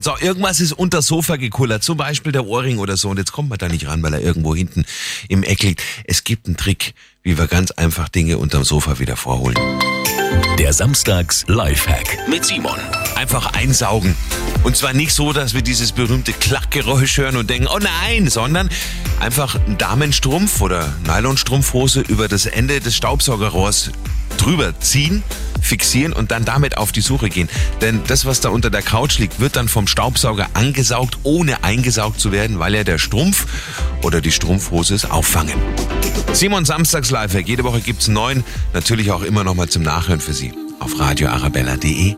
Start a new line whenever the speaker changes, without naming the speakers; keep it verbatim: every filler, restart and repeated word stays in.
So, irgendwas ist unter das Sofa gekullert, zum Beispiel der Ohrring oder so, und jetzt kommt man da nicht ran, weil er irgendwo hinten im Eck liegt. Es gibt einen Trick, wie wir ganz einfach Dinge unterm Sofa wieder vorholen.
Der Samstags-Lifehack mit Simon.
Einfach einsaugen. Und zwar nicht so, dass wir dieses berühmte Klackgeräusch hören und denken, oh nein, sondern einfach einen Damenstrumpf oder Nylonstrumpfhose über das Ende des Staubsaugerrohrs drüber ziehen, fixieren und dann damit auf die Suche gehen. Denn das, was da unter der Couch liegt, wird dann vom Staubsauger angesaugt, ohne eingesaugt zu werden, weil ja der Strumpf oder die Strumpfhose es auffangen. Simon Samstags Lifehack. Jede Woche gibt's einen neuen. Natürlich auch immer noch mal zum Nachhören für Sie auf radio arabella punkt de.